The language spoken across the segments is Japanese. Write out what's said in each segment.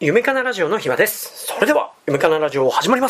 夢かなラジオの暇です。それでは夢かなラジオ始まります。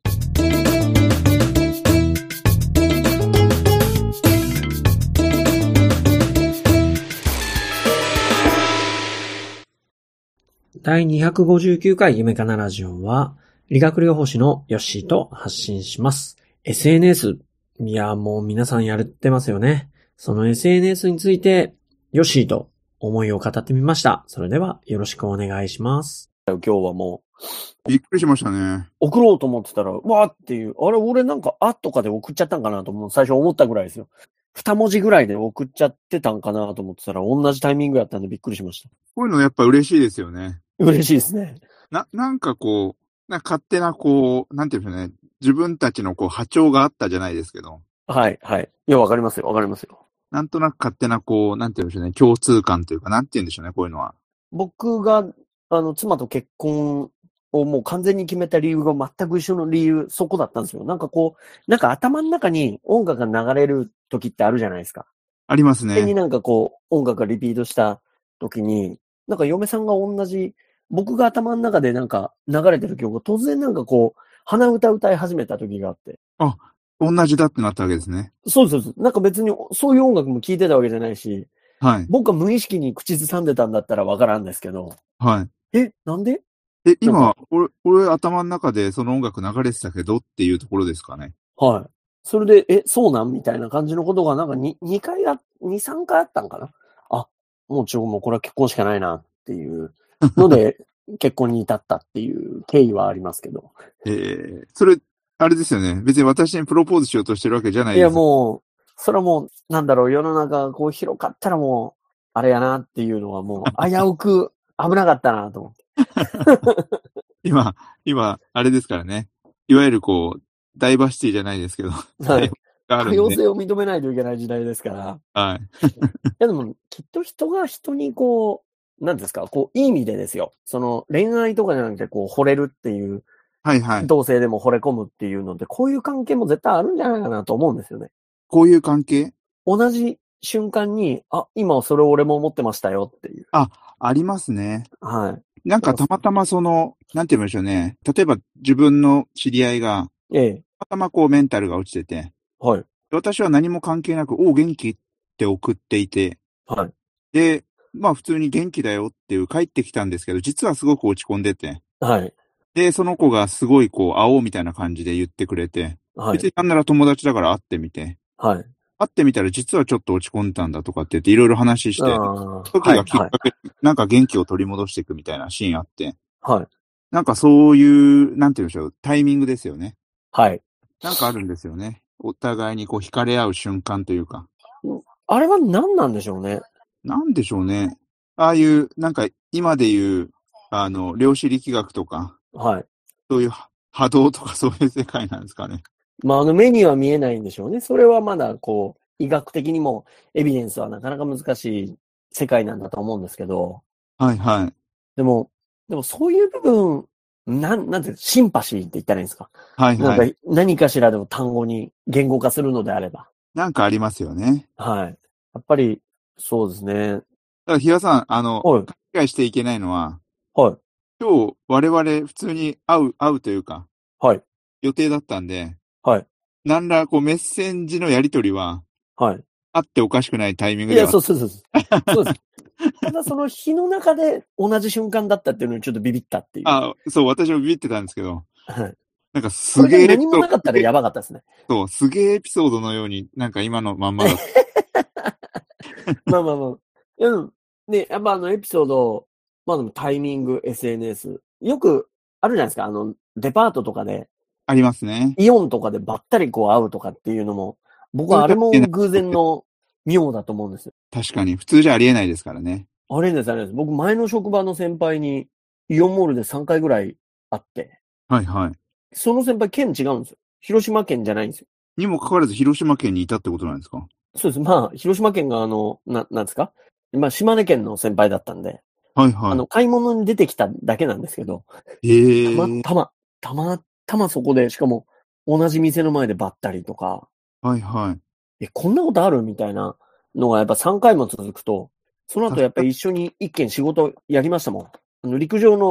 第259回夢かなラジオは理学療法士のヨッシーと発信します。 SNS、 いやもう皆さんやってますよね。その SNS についてヨッシーと思いを語ってみました。それではよろしくお願いします。今日はもうびっくりしましたね。 送ろうと思ってたら、わーっていう、あれ俺なんかあとかで送っちゃったんかなと最初思ったぐらいですよ。2文字ぐらいで送っちゃってたんかなと思ってたら同じタイミングやったんでびっくりしました。 こういうのやっぱ嬉しいですよね。 嬉しいですね。 なんかこう、勝手なこう、なんていうんでしょうね。自分たちのこう波長があったじゃないですけど。 はい、はい。いや、わかりますよ、わかりますよ。 なんとなく勝手なこう、なんていうんでしょうね。共通感というか、なんていうんでしょうね、こういうのは。 僕が、妻と結婚をもう完全に決めた理由が全く一緒の理由、そこだったんですよ。なんかこう、なんか頭の中に音楽が流れる時ってあるじゃないですか。 ありますね。 になんかこう、音楽がリピートした時に、なんか嫁さんが同じ、僕が頭の中でなんか流れてる曲が突然なんかこう、鼻歌歌い始めた時があって。 あ、同じだってなったわけですね。 そうです。なんか別にそういう音楽も聴いてたわけじゃないし、 はい。 僕が無意識に口ずさんでたんだったらわからんですけど。 はい。 なんで？ 今、俺頭の中でその音楽流れてたけどっていうところですかね。 はい。それで、そうなんみたいな感じのことがなんか2回2、3回あったんかな。あ、もうこれは結婚しかないなっていうので、結婚に至ったっていう経緯はありますけど。 それ、あれですよね。別に私にプロポーズしようとしてるわけじゃないです。 いやもう、それはもう、なんだろう、世の中がこう広かったらもう、あれやなっていうのはもう、危うく危なかったなと思って。 今、あれですからね。いわゆるこう、ダイバーシティじゃないですけど。 はい。多様性を認めないといけない時代ですから。 はい。 いやでも、きっと人が人にこう、なんですか、こう、いい意味でですよ。その、恋愛とかじゃなくて、こう、惚れるっていう、 はいはい。 同性でも惚れ込むっていうので、こういう関係も絶対あるんじゃないかなと思うんですよね。 こういう関係？ 同じ瞬間に、今それを俺も思ってましたよっていう。 ありますね。 はい。 なんかたまたまその、なんて言うんでしょうね。例えば自分の知り合いが、たまたまこうメンタルが落ちてて、 はい。 私は何も関係なく、元気って送っていて、 はい。 で、まあ普通に元気だよっていう帰ってきたんですけど、実はすごく落ち込んでて、 はい。 で、その子がすごいこう、会おうみたいな感じで言ってくれて、 はい。 別になんなら友達だから会ってみて、 はい。 会ってみたら実はちょっと落ち込んだんだとかって言っていろいろ話して、時がきっかけ、なんか元気を取り戻していくみたいなシーンあって、 はい。 なんかそういう、なんて言うんでしょう、タイミングですよね。 はい。 なんかあるんですよね。お互いにこう惹かれ合う瞬間というか。 あれは何なんでしょうね。 なんでしょうね。ああいう、なんか今で言う、量子力学とか、 はい。 そういう波動とかそういう世界なんですかね。 まあ、目には見えないんでしょうね。それはまだ、こう、医学的にもエビデンスはなかなか難しい世界なんだと思うんですけど。 はいはい。 でもそういう部分、なんて、シンパシーって言ったらいいんですか？ はいはい。 なんか、何かしらでも単語に言語化するのであれば。 なんかありますよね。 はい。やっぱり、そうですね。 だから、比嘉さん、 はい。 勘違いしていけないのは、 はい。 今日、我々普通に会うというか、 はい。 予定だったんで、 はい。 なんら、こう、メッセンジのやりとりは、 はい。 あっておかしくないタイミングいや、 では。 そうです。そうです。ただその日の中で同じ瞬間だったっていうのにちょっとビビったっていう。 そう、私もビビってたんですけど。 はい。 なんかすげえ。 何もなかったらやばかったですね。 そう、すげえエピソードのように、なんか今のまんまだった。 まあ。ね、やっぱエピソード、まあでもタイミング、SNS。よくあるじゃないですか。デパートとかで。 ありますね。 イオンとかでばったりこう会うとかっていうのも、僕はあれも偶然の妙だと思うんですよ。 確かに、普通じゃありえないですからね。 ありえないです。僕前の職場の先輩にイオンモールで3回ぐらい会って。 はいはい。 その先輩県違うんですよ。広島県じゃないんですよ。 にもかかわらず広島県にいたってことなんですか？ そうです。まあ、広島県がなんですか？まあ、島根県の先輩だったんで。 はいはい。 買い物に出てきただけなんですけど。たまたまそこで、しかも同じ店の前でばったりとか。 はいはい。 こんなことあるみたいなのがやっぱ3回も続くと、その後やっぱり一緒に一件仕事やりましたもん。陸上の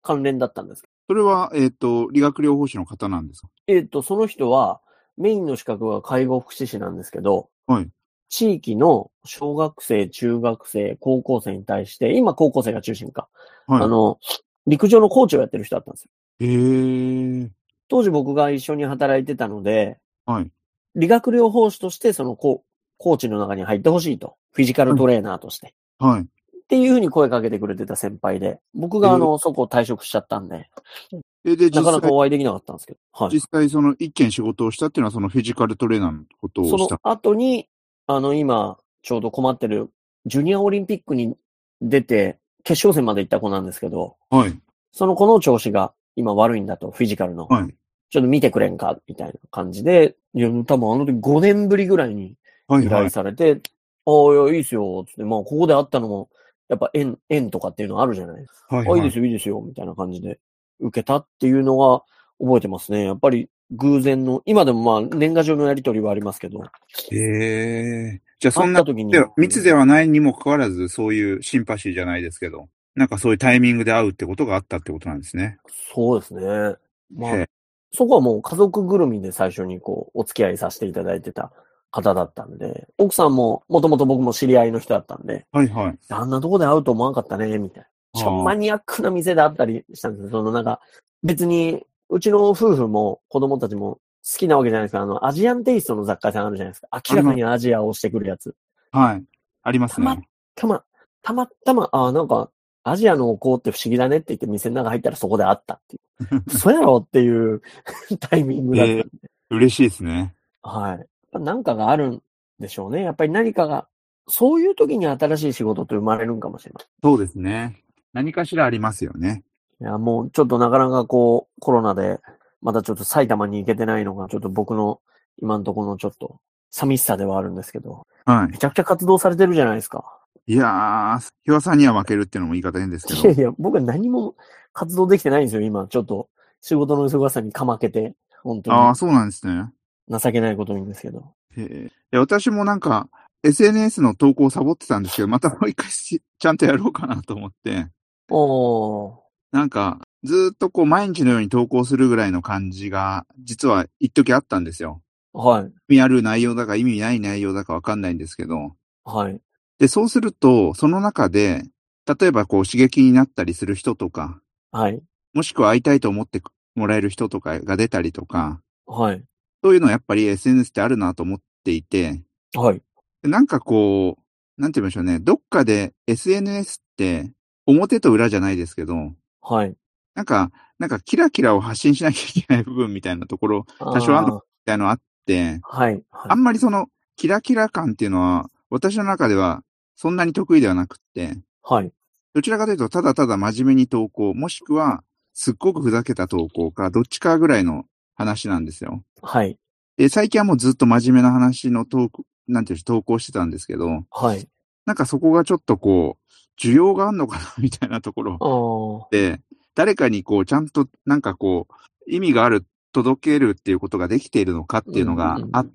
関連だったんです。 それは、理学療法士の方なんですか？ その人は、メインの資格は介護福祉士なんですけど、 はい。 地域の小学生、中学生、高校生に対して、今高校生が中心か。 はい。 陸上のコーチをやってる人だったんですよ。 へえ。 当時僕が一緒に働いてたので、 はい。 理学療法士としてそのコーチの中に入ってほしいと。フィジカルトレーナーとして。 はい。 っていうふうに声かけてくれてた先輩で、僕がそこを退職しちゃったんで、 で、 なかなかお会いできなかったんですけど。はい。 実際その一件仕事をしたっていうのはそのフィジカルトレーナーのことをした。 その後に、今、ちょうど困ってる、ジュニアオリンピックに出て、決勝戦まで行った子なんですけど、 はい。 その子の調子が今悪いんだと、フィジカルの。 はい。 ちょっと見てくれんかみたいな感じで、いや、多分あの時5年ぶりぐらいに依頼されて、ああ、いや、いいっすよ、つって、まあ、ここで会ったのも、やっぱ縁とかっていうのあるじゃないですか。 はい。はい。 あ、いいですよ、いいですよ、みたいな感じで受けたっていうのが覚えてますね。やっぱり偶然の、今でもまあ、年賀状のやり取りはありますけど。 じゃあそんな、 会った時に。 密ではないにもかかわらず、そういうシンパシーじゃないですけど、なんかそういうタイミングで会うってことがあったってことなんですね。 そうですね。まあ、そこはもう家族ぐるみで最初にお付き合いさせていただいてた方だったんで、奥さんももともと僕も知り合いの人だったんで、 はいはい。 あんなとこで会うと思わなかったね、みたいな。ちょマニアックな店であったりしたんですよ。なんか、別に、うちの夫婦も子供たちも好きなわけじゃないですか。アジアンテイストの雑貨屋さんあるじゃないですか。明らかにアジアをしてくるやつ。 はい。ありますね。 たまたま、なんか、アジアのお香って不思議だねって言って店の中入ったらそこであったっていう。そうやろっていうタイミングだったんで。 嬉しいですね。 はい。なんかがあるんでしょうね。やっぱり何かが、そういう時に新しい仕事って生まれるんかもしれない。 そうですね。何かしらありますよね。 いや、もうちょっとなかなかコロナで、まだちょっと埼玉に行けてないのが、ちょっと僕の今のところのちょっと寂しさではあるんですけど。 はい。 めちゃくちゃ活動されてるじゃないですか。 いやー、ひわさんには負けるっていうのも言い方変ですけど。 いや、僕は何も活動できてないんですよ、今。ちょっと仕事の忙しさにかまけて、本当に。 ああ、そうなんですね。 情けないことにですけど。 私もなんか、SNS の投稿をサボってたんですけど、またもう一回ちゃんとやろうかなと思って。なんか、ずっと毎日のように投稿するぐらいの感じが、実は一時あったんですよ。 はい。 意味ある内容だか意味ない内容だかわかんないんですけど。 はい。 で、そうすると、その中で、例えば刺激になったりする人とか、 はい。 もしくは会いたいと思ってもらえる人とかが出たりとか、 はい。 そういうのはやっぱり SNS ってあるなと思っていて、 はい。 なんかなんて言いましょうね、どっかで SNS って表と裏じゃないですけど、 はい。 なんかキラキラを発信しなきゃいけない部分みたいなところ、多少あるみたいなのあって、 はい。 あんまりそのキラキラ感っていうのは、私の中ではそんなに得意ではなくって、 はい。 どちらかというと、ただただ真面目に投稿、もしくは、すっごくふざけた投稿か、どっちかぐらいの話なんですよ。 はい。 で、最近はもうずっと真面目な話の投稿してたんですけど、 はい。 なんかそこがちょっと需要があるのかな、みたいなところで、誰かにちゃんと意味がある、届けるっていうことができているのかっていうのがあって、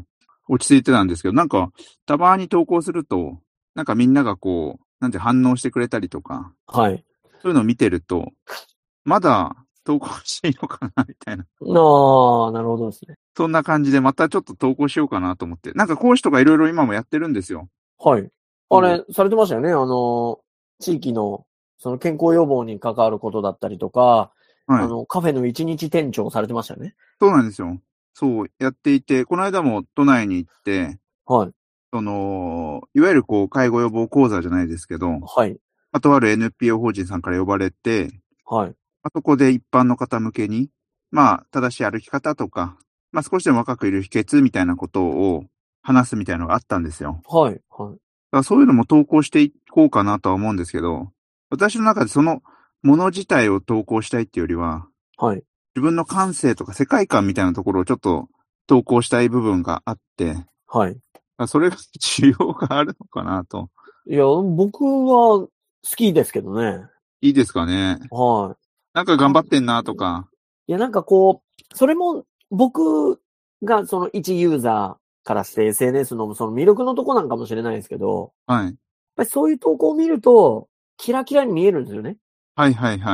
落ち着いてたんですけど、なんか、たまに投稿すると、なんかみんながなんて反応してくれたりとか、 はい。 そういうのを見てると、まだ投稿していいのかな、みたいな。 なるほどですね。 そんな感じで、またちょっと投稿しようかなと思って。なんか講師とかいろいろ今もやってるんですよ。 はい。あれ、されてましたよね。地域の、その健康予防に関わることだったりとか、はい、カフェの一日店長されてましたよね。 そうなんですよ。そう、やっていて、この間も都内に行って、 はい。 いわゆる介護予防講座じゃないですけど、 はい。 とある NPO 法人さんから呼ばれて、 はい。 そこで一般の方向けに、正しい歩き方とか、少しでも若くいる秘訣みたいなことを話すみたいなのがあったんですよ。 はい。はい。 だからそういうのも投稿していこうかなとは思うんですけど、私の中でそのもの自体を投稿したいっていうよりは、 はい。 自分の感性とか世界観みたいなところをちょっと投稿したい部分があって、 はい。 それが需要があるのかなと。 いや、僕は好きですけどね。 いいですかね。 はい。 なんか頑張ってんなとか。 いや、なんかそれも僕がその一ユーザーからして SNS のその魅力のとこなんかもしれないですけど、 はい。やっぱりそういう投稿を見ると、キラキラに見えるんですよね。 はいはいはい。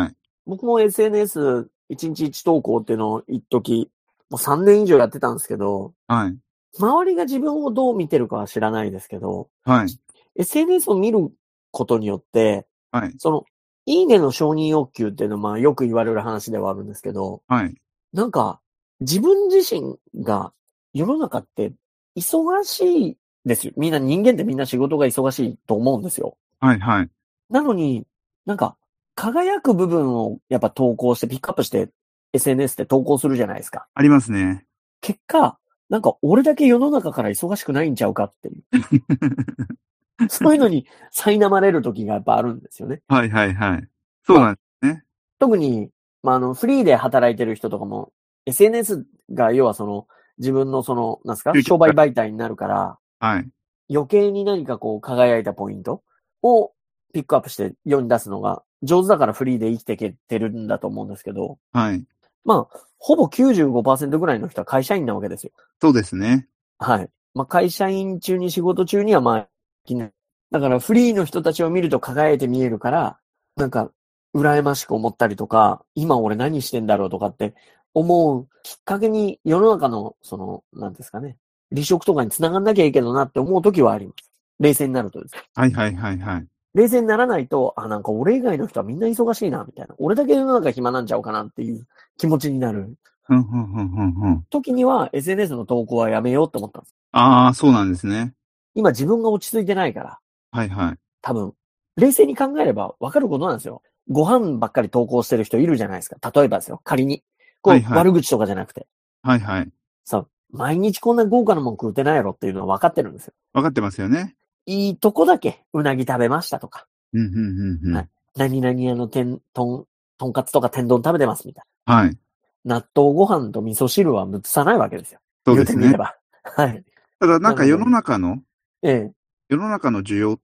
僕も SNS1 日1投稿っていうのを一時、もう3年以上やってたんですけど、 はい。 周りが自分をどう見てるかは知らないですけど、 はい。 SNS を見ることによって、 はい。 いいねの承認欲求っていうのはまあよく言われる話ではあるんですけど、 はい。 なんか、自分自身が世の中って忙しいですよ。人間ってみんな仕事が忙しいと思うんですよ。 はい。はい。 なのに、なんか、輝く部分をやっぱ投稿してピックアップして SNS で投稿するじゃないですか。 ありますね。 結果、なんか俺だけ世の中から忙しくないんちゃうかっていう。そういうのに苛まれる時がやっぱあるんですよね。 はいはいはい。そうなんですね。 特に、フリーで働いてる人とかも、SNS が要は自分のなんすか、商売媒体になるから、 はい。 余計に何かこう輝いたポイントをピックアップして世に出すのが上手だからフリーで生きていけてるんだと思うんですけど、 はい。 まあ、ほぼ 95% ぐらいの人は会社員なわけですよ。 そうですね。 はい。まあ、会社員中に仕事中にはだからフリーの人たちを見ると輝いて見えるから、なんか、羨ましく思ったりとか、今俺何してんだろうとかって思うきっかけに世の中の、なんですかね、離職とかに繋がんなきゃいいけどなって思う時はあります。冷静になるとです。 はいはいはいはい。 冷静にならないと、なんか俺以外の人はみんな忙しいな、みたいな。俺だけ世の中暇なんちゃうかなっていう気持ちになる。時には SNS の投稿はやめようって思ったんです。 ああ、そうなんですね。 今自分が落ち着いてないから。 はいはい。 多分、冷静に考えればわかることなんですよ。ご飯ばっかり投稿してる人いるじゃないですか。例えばですよ。仮に。 はいはい。 悪口とかじゃなくて。 はいはい。 そう。毎日こんな豪華なもん食うてないやろっていうのは分かってるんですよ。 わかってますよね。 いいとこだけ、うなぎ食べましたとか。 はい。 何々とんかつとか天丼食べてますみたいな。はい。 納豆ご飯と味噌汁はむつさないわけですよ。 そうですね。 言うてみれば。はい。 ただなんか世の中の需要って、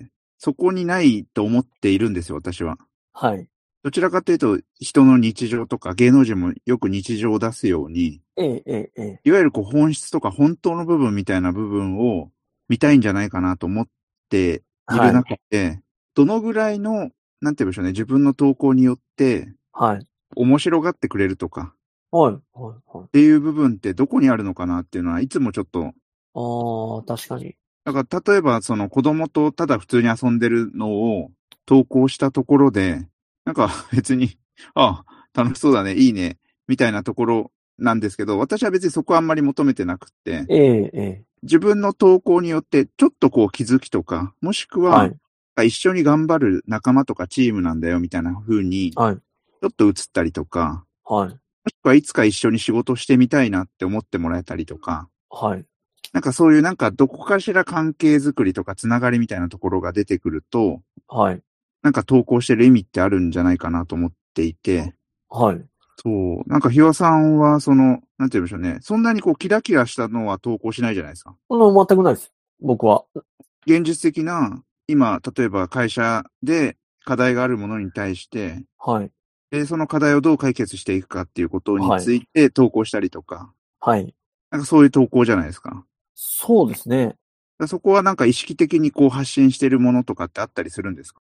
そこにないと思っているんですよ、私は。 はい。 どちらかというと、人の日常とか芸能人もよく日常を出すように、いわゆる本質とか本当の部分みたいな部分を見たいんじゃないかなと思っている中で、どのぐらいの、なんて言うんでしょうね、自分の投稿によって、面白がってくれるとか、っていう部分ってどこにあるのかなっていうのはいつもちょっと。 確かに。 だから例えば子供とただ普通に遊んでるのを投稿したところで、なんか別に、楽しそうだね、いいね、みたいなところなんですけど、私は別にそこはあんまり求めてなくって、自分の投稿によってちょっと気づきとか、もしくは、一緒に頑張る仲間とかチームなんだよみたいな風に、ちょっと映ったりとか、もしくはいつか一緒に仕事してみたいなって思ってもらえたりとか、なんかそういうどこかしら関係づくりとかつながりみたいなところが出てくると、なんか投稿してる意味ってあるんじゃないかなと思っていて、そう。なんかひわさんはなんて言うんでしょうね。そんなにキラキラしたのは投稿しないじゃないですか。 全くないです。僕は。 現実的な、今、例えば会社で課題があるものに対して、で、その課題をどう解決していくかっていうことについて投稿したりとか、なんかそういう投稿じゃないですか。 そうですね。 そこはなんか意識的に発信してるものとかってあったりするんですか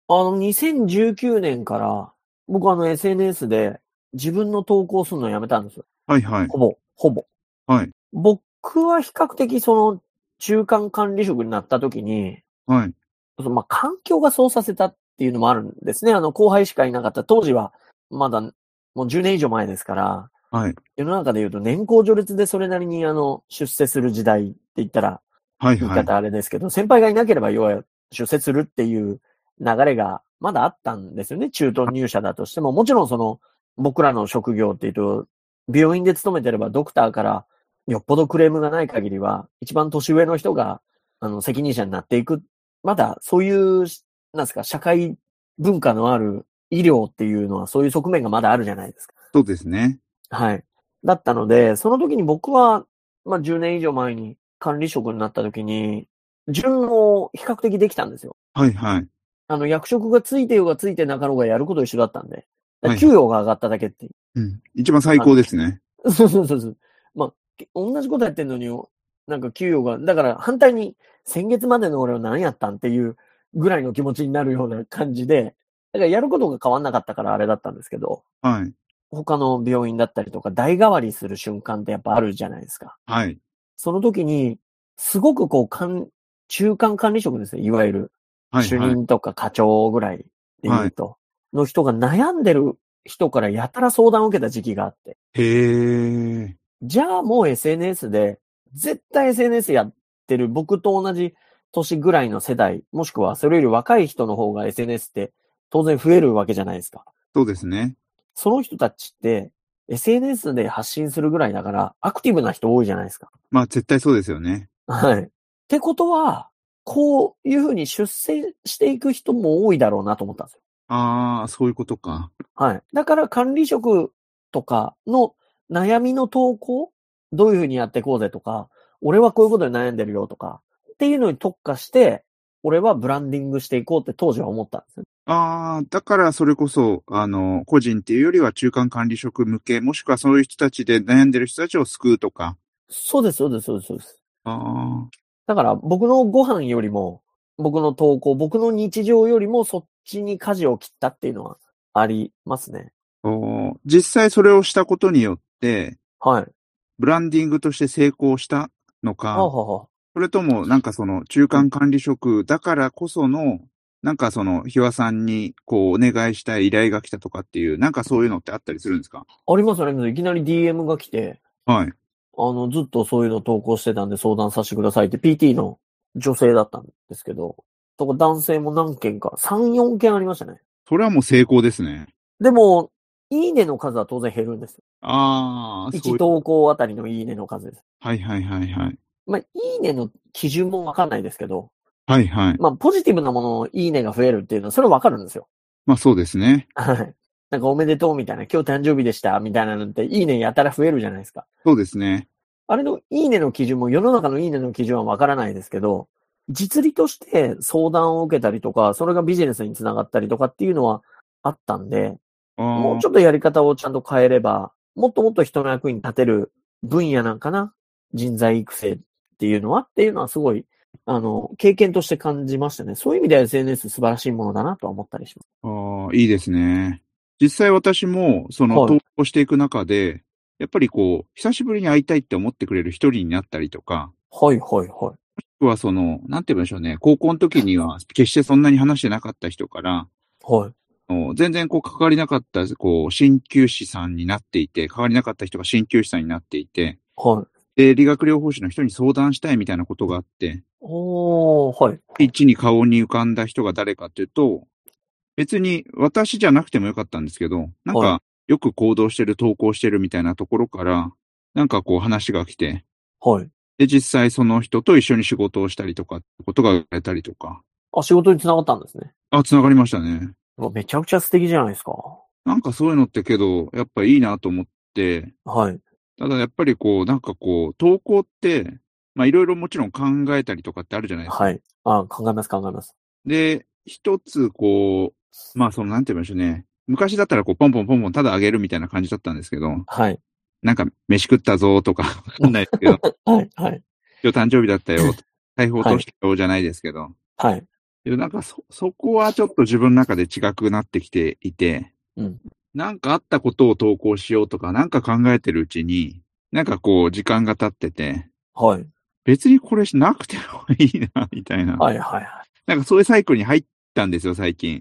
？2019年から、僕SNS で自分の投稿するのをやめたんですよ。ほぼ。僕は比較的中間管理職になった時に、環境がそうさせたっていうのもあるんですね。後輩しかいなかった。当時は、まだ、もう10年以上前ですから、世の中で言うと年功序列でそれなりに出世する時代って言ったら、言い方あれですけど、先輩がいなければ要は出世するっていう流れがまだあったんですよね。中途入社だとしても。もちろん僕らの職業っていうと、病院で勤めてればドクターからよっぽどクレームがない限りは、一番年上の人が、責任者になっていく。まだそういう、なんですか、社会文化のある医療っていうのはそういう側面がまだあるじゃないですか。 そうですね。 はい。だったので、その時に僕は、10年以上前に管理職になった時に、順応比較的できたんですよ。役職がついてようがついてなかろうがやること一緒だったんで。給与が上がっただけっていう。 一番最高ですね。 そう。同じことやってんのに、なんか給与が、だから反対に先月までの俺は何やったんっていうぐらいの気持ちになるような感じで、 だからやることが変わんなかったからあれだったんですけど、 はい。 他の病院だったりとか代替わりする瞬間ってやっぱあるじゃないですか。 はい。 その時に、すごくこう、中間管理職ですね。いわゆる、 はい。 主任とか課長ぐらいで言うと、の人が悩んでる人からやたら相談を受けた時期があって。 へー。 じゃあもう SNS で、絶対 SNS やってる僕と同じ年ぐらいの世代、もしくはそれより若い人の方が SNS って当然増えるわけじゃないですか。 そうですね。 その人たちって SNS で発信するぐらいだからアクティブな人多いじゃないですか。 まあ絶対そうですよね。 はい。ってことは、こういうふうに出世していく人も多いだろうなと思ったんですよ。 ああ、そういうことか。 はい。だから管理職とかの悩みの投稿、どういうふうにやっていこうぜとか、俺はこういうことで悩んでるよとか、っていうのに特化して、俺はブランディングしていこうって当時は思ったんですよ。 ああ、だからそれこそ、個人っていうよりは中間管理職向け、もしくはそういう人たちで悩んでる人たちを救うとか。 そうです、そうです、そうです、そうです。 ああ。 だから僕のご飯よりも、僕の投稿、僕の日常よりもそっちに舵を切ったっていうのはありますね。 実際それをしたことによって、 はい。 ブランディングとして成功したのか、それともなんかその中間管理職だからこその、なんかその、ひわさんにこうお願いしたい依頼が来たとかっていう、なんかそういうのってあったりするんですか？ あります、あります。いきなり DM が来て、 はい。 ずっとそういうの投稿してたんで相談させてくださいって PT の女性だったんですけど、そこ男性も何件か、3、4件ありましたね。 それはもう成功ですね。 でも、いいねの数は当然減るんですよ。 ああ、そう 1投稿あたりのいいねの数です。 はいはいはいはい。 まあ、いいねの基準もわかんないですけど、 はいはい。 まあ、ポジティブなもののいいねが増えるっていうのは、それはわかるんですよ。 まあそうですね。 はい。なんかおめでとうみたいな、今日誕生日でしたみたいなのって、いいねやたら増えるじゃないですか。 そうですね。 あれのいいねの基準も世の中のいいねの基準はわからないですけど、実利として相談を受けたりとか、それがビジネスにつながったりとかっていうのはあったんで、もうちょっとやり方をちゃんと変えれば、もっともっと人の役に立てる分野なんかな、人材育成っていうのはすごい、経験として感じましたね。そういう意味では SNS 素晴らしいものだなとは思ったりします。 ああ、いいですね。実際私も、投稿していく中で、やっぱりこう、久しぶりに会いたいって思ってくれる一人になったりとか、 はいはいはい。 はなんて言うんでしょうね、高校の時には決してそんなに話してなかった人から、 はい。 全然こう関わりなかった、こう、鍼灸師さんになっていて、関わりなかった人が鍼灸師さんになっていて、 はい。 で、理学療法士の人に相談したいみたいなことがあって、 はい。 一に顔に浮かんだ人が誰かっていうと、別に私じゃなくてもよかったんですけど、なんか、よく行動してる、投稿してるみたいなところから、なんかこう話が来て、 はい。 で、実際その人と一緒に仕事をしたりとか、ことが言われたりとか。 あ、仕事に繋がったんですね。 繋がりましたね。 めちゃくちゃ素敵じゃないですか。 なんかそういうのってけど、やっぱいいなと思って、 はい。 ただやっぱりこう、なんかこう、投稿って、まあいろいろもちろん考えたりとかってあるじゃないですか。 はい。考えます、考えます。 で、一つこう、まあなんて言いましょうね。昔だったらこう、ポンポンポンポンただあげるみたいな感じだったんですけど、 はい。 なんか、飯食ったぞとか、わかんないですけど、 はい、はい。 今日誕生日だったよ、財布落とはい。 したよじゃないですけど、 はい。 なんかそこはちょっと自分の中で違くなってきていて、 うん。 なんかあったことを投稿しようとか、なんか考えてるうちに、なんかこう、時間が経ってて、 はい。 別にこれしなくてもいいな、みたいな。 はい、はい、はい。 なんかそういうサイクルに入ったんですよ、最近。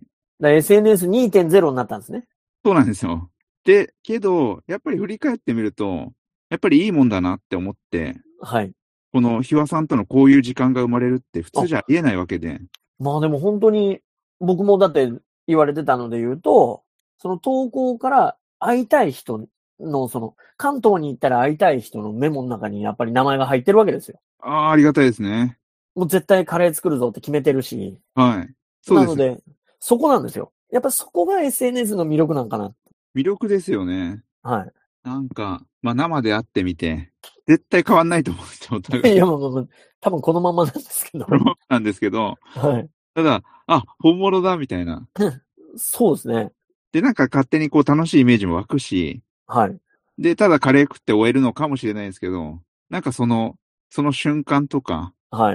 SNS2.0 になったんですね。 そうなんですよ。で、けど、やっぱり振り返ってみると、やっぱりいいもんだなって思って、 はい。 このひわさんとのこういう時間が生まれるって普通じゃありえないわけで。 まあでも本当に、僕もだって言われてたので言うと、その投稿から会いたい人の、関東に行ったら会いたい人のメモの中にやっぱり名前が入ってるわけですよ。 ああ、ありがたいですね。 もう絶対カレー作るぞって決めてるし。 はい。そうです。 なので、そこなんですよ。やっぱそこが SNS の魅力なんかな。 魅力ですよね。 はい。 なんか、まあ生で会ってみて、絶対変わんないと思うんですよ、お互い。 いや、もう、多分このままなんですけど。 なんですけど、 はい。 ただ、あ、本物だ、みたいな。 そうですね。 で、なんか勝手にこう楽しいイメージも湧くし、 はい。 で、ただカレー食って終えるのかもしれないですけど、なんかその瞬間とか、 はい。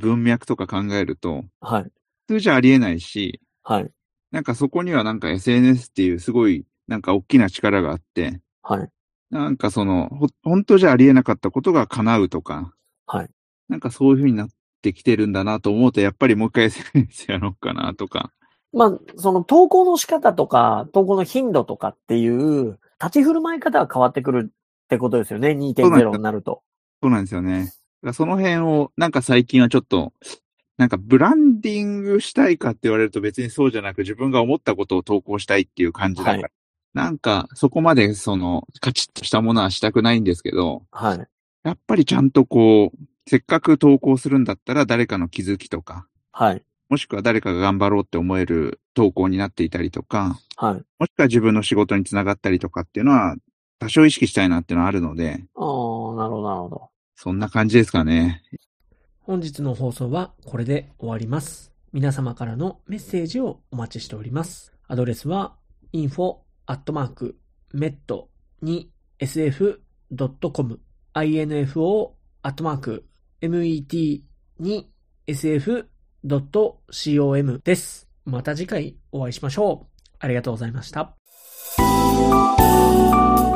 その前の文脈とか考えると、 はい。 普通じゃありえないし、 はい。 なんかそこにはなんか SNS っていうすごいなんか大きな力があって、 はい。 なんか本当じゃありえなかったことが叶うとか、 はい。 なんかそういう風になってきてるんだなと思うと、やっぱりもう一回 SNS やろうかなとか。 まあ、その投稿の仕方とか、投稿の頻度とかっていう、立ち振る舞い方が変わってくるってことですよね、2.0 になると。 そうなんですよね。その辺を、なんか最近はちょっと、なんかブランディングしたいかって言われると別にそうじゃなく、自分が思ったことを投稿したいっていう感じだから。はい、なんか、そこまでカチッとしたものはしたくないんですけど、 はい。 やっぱりちゃんとせっかく投稿するんだったら誰かの気づきとか、 はい。 もしくは誰かが頑張ろうって思える投稿になっていたりとか、 はい。 もしくは自分の仕事につながったりとかっていうのは、多少意識したいなっていうのはあるので。 ああ、なるほど、なるほど。 そんな感じですかね。 本日の放送はこれで終わります。皆様からのメッセージをお待ちしております。アドレスは info@met2sf.com info@met2sf.com です。また次回お会いしましょう。ありがとうございました。